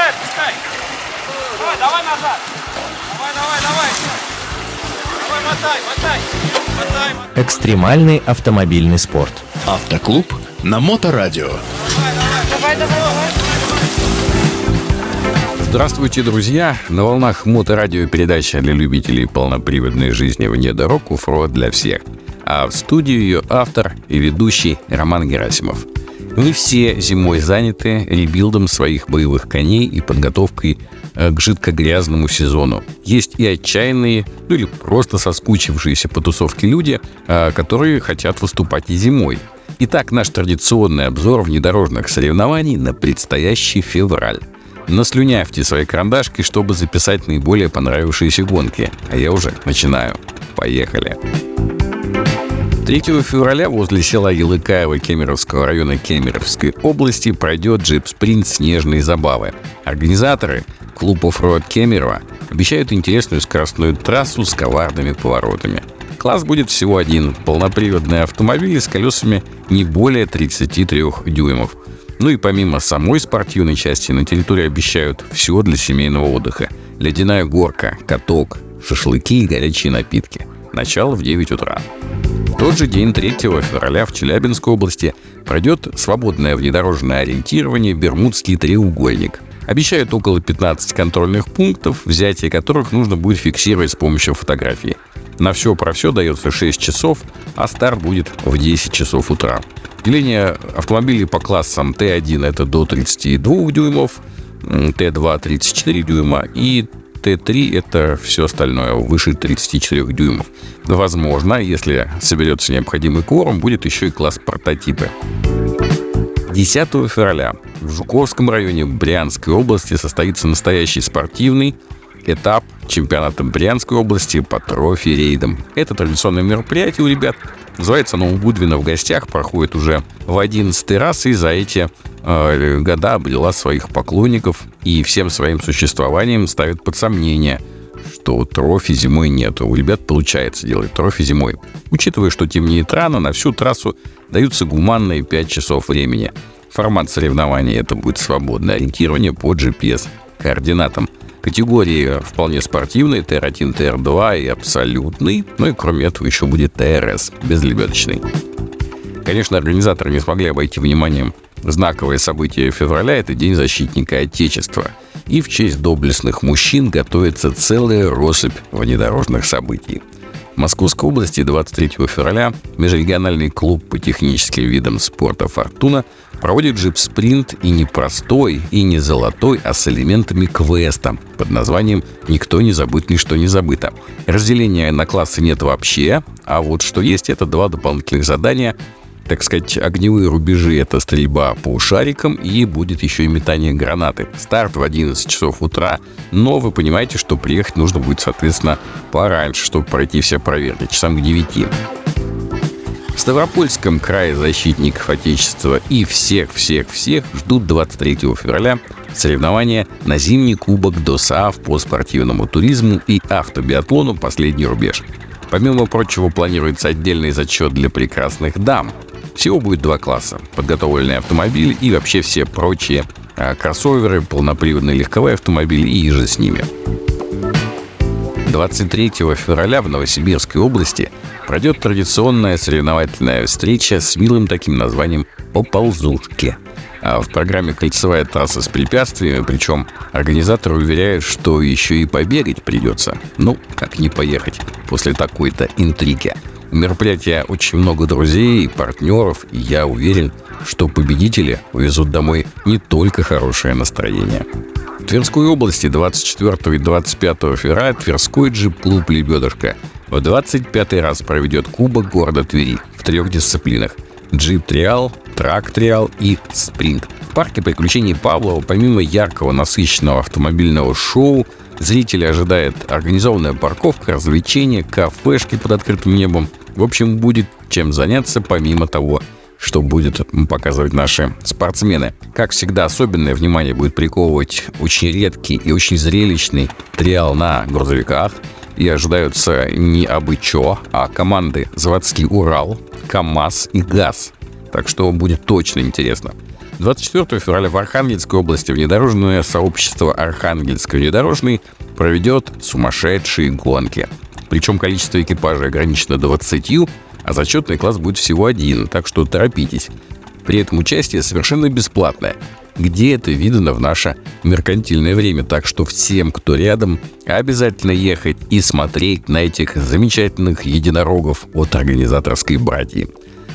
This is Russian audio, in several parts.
отпускай. Давай назад. Давай. Мотай. Экстремальный автомобильный спорт. Автоклуб на Моторадио. Давай. Здравствуйте, друзья! На волнах Моторадио передача для любителей полноприводной жизни вне дорог «Оффроуд для всех». А в студии ее автор и ведущий Роман Герасимов. Мы все зимой заняты ребилдом своих боевых коней и подготовкой к жидкогрязному сезону. Есть и отчаянные, или просто соскучившиеся по тусовке люди, которые хотят выступать и зимой. Итак, наш традиционный обзор внедорожных соревнований на предстоящий февраль. Наслюнявьте свои карандашки, чтобы записать наиболее понравившиеся гонки. А я уже начинаю. Поехали! 3 февраля возле села Елыкаево Кемеровского района Кемеровской области пройдет джип-спринт «Снежные забавы». Организаторы, клуб «Оффроуд Кемерово», обещают интересную скоростную трассу с коварными поворотами. Класс будет всего один – полноприводные автомобили с колесами не более 33 дюймов. Ну и помимо самой спортивной части на территории обещают все для семейного отдыха. Ледяная горка, каток, шашлыки и горячие напитки. Начало в 9 утра. В тот же день, 3 февраля, в Челябинской области пройдет свободное внедорожное ориентирование «Бермудский треугольник». Обещают около 15 контрольных пунктов, взятие которых нужно будет фиксировать с помощью фотографии. На все про все дается 6 часов, а старт будет в 10 часов утра. Деление автомобилей по классам Т1 это до 32 дюймов, Т2 34 дюйма и Т3 это все остальное выше 34 дюймов. Возможно, если соберется необходимый кворум, будет еще и класс прототипы. 10 февраля в Жуковском районе Брянской области состоится настоящий спортивный этап чемпионата Брянской области по трофи-рейдам. Это традиционное мероприятие у ребят. Называется оно «У Гудвина в гостях». Проходит уже в 11-й раз и за эти года обрела своих поклонников и всем своим существованием ставит под сомнение, что трофи зимой нет. У ребят получается делать трофи зимой. Учитывая, что темнеет рано, на всю трассу даются гуманные 5 часов времени. Формат соревнований это будет свободное ориентирование по GPS-координатам. Категории вполне спортивные, ТР-1, ТР-2 и абсолютный. Ну и кроме этого еще будет ТРС, безлебедочный. Конечно, организаторы не смогли обойти вниманием знаковое событие февраля – это День защитника Отечества. И в честь доблестных мужчин готовится целая россыпь внедорожных событий. В Московской области 23 февраля межрегиональный клуб по техническим видам спорта «Фортуна» проводит джип-спринт и не простой, и не золотой, а с элементами квеста под названием «Никто не забыт, ничто не забыто». Разделения на классы нет вообще, а вот что есть – это 2 дополнительных задания. Так сказать, огневые рубежи – это стрельба по шарикам и будет еще и метание гранаты. Старт в 11 часов утра, но вы понимаете, что приехать нужно будет, соответственно, пораньше, чтобы пройти все проверки, часам к 9. В Ставропольском крае защитников Отечества и всех ждут 23 февраля соревнования на зимний кубок ДОСААФ по спортивному туризму и автобиатлону «Последний рубеж». Помимо прочего, планируется отдельный зачет для прекрасных дам. Всего будет 2 класса – подготовленные автомобили и вообще все прочие кроссоверы, полноприводные легковые автомобили и иже с ними. 23 февраля в Новосибирской области пройдет традиционная соревновательная встреча с милым таким названием «Поползушки». А в программе кольцевая трасса с препятствиями, причем организаторы уверяют, что еще и побегать придется. Ну, как не поехать после такой-то интриги. У мероприятия очень много друзей и партнеров, и я уверен, что победители увезут домой не только хорошее настроение. В Тверской области 24 и 25 февраля Тверской джип-клуб «Лебедушка» в 25-й раз проведет Кубок города Твери в 3 дисциплинах – джип-триал, трак-триал и спринт. В парке приключений Павлова помимо яркого насыщенного автомобильного шоу зрители ожидает организованная парковка, развлечения, кафешки под открытым небом. В общем, будет чем заняться помимо того, что будет показывать наши спортсмены. Как всегда, особенное внимание будет приковывать очень редкий и очень зрелищный триал на грузовиках. И ожидаются не абы чё, а команды «Заводский Урал», «КамАЗ» и «ГАЗ». Так что будет точно интересно. 24 февраля в Архангельской области внедорожное сообщество «Архангельск внедорожный» проведет сумасшедшие гонки. Причем количество экипажей ограничено 20, а зачетный класс будет всего 1, так что торопитесь. При этом участие совершенно бесплатное. Где это видно в наше меркантильное время? Так что всем, кто рядом, обязательно ехать и смотреть на этих замечательных единорогов от организаторской братьи.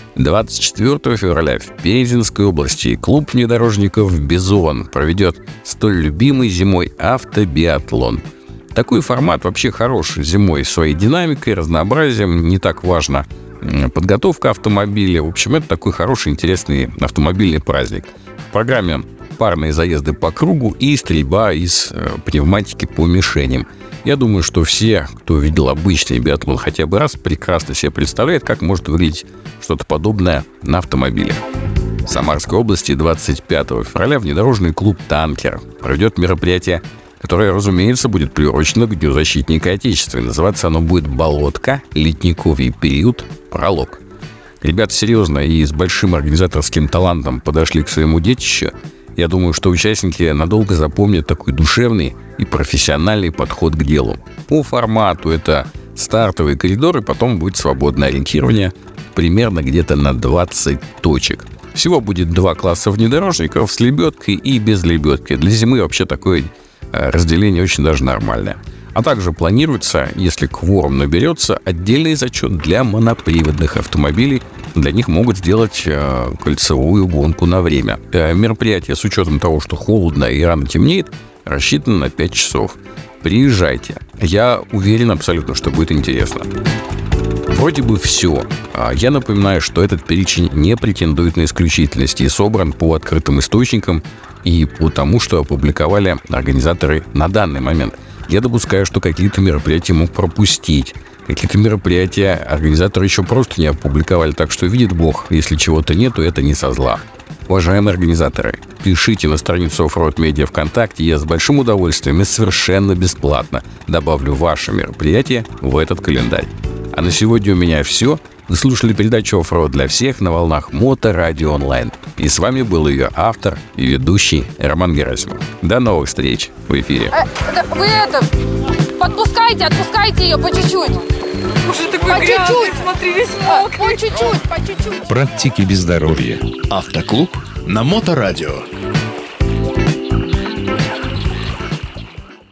24 февраля в Пензенской области клуб внедорожников «Бизон» проведет столь любимый зимой автобиатлон. Такой формат вообще хорош зимой своей динамикой, разнообразием, не так важно подготовка автомобиля. В общем, это такой хороший, интересный автомобильный праздник. В программе парные заезды по кругу и стрельба из пневматики по мишеням. Я думаю, что все, кто видел обычный биатлон хотя бы раз, прекрасно себе представляет, как может выглядеть что-то подобное на автомобиле. В Самарской области 25 февраля внедорожный клуб «Танкер» проведет мероприятие, которое, разумеется, будет приурочено к Дню защитника Отечества. И называться оно будет «Болотка. Ледниковый период. Пролог». Ребята серьезно и с большим организаторским талантом подошли к своему детищу. Я думаю, что участники надолго запомнят такой душевный и профессиональный подход к делу. По формату это стартовый коридор, и потом будет свободное ориентирование примерно где-то на 20 точек. Всего будет 2 класса внедорожников с лебедкой и без лебедки. Для зимы вообще такое разделение очень даже нормальное. А также планируется, если кворум наберется, отдельный зачет для моноприводных автомобилей. Для них могут сделать кольцевую гонку на время. Мероприятие, с учетом того, что холодно и рано темнеет, рассчитано на 5 часов. Приезжайте. Я уверен абсолютно, что будет интересно. Вроде бы все. Я напоминаю, что этот перечень не претендует на исключительность и собран по открытым источникам и по тому, что опубликовали организаторы на данный момент. Я допускаю, что какие-то мероприятия мог пропустить. Какие-то мероприятия организаторы еще просто не опубликовали. Так что видит Бог, если чего-то нету, это не со зла. Уважаемые организаторы, пишите на страницу Offroad Media ВКонтакте. Я с большим удовольствием и совершенно бесплатно добавлю ваше мероприятие в этот календарь. А на сегодня у меня все. Вы слушали передачу «Offroad для всех» на волнах Моторадио Онлайн. И с вами был ее автор и ведущий Роман Герасимов. До новых встреч в эфире. Вы отпускайте ее по чуть-чуть. Уже такой По грязный, чуть-чуть. смотри, весь мокрый. По чуть-чуть. Практики без здоровья. Автоклуб на Моторадио.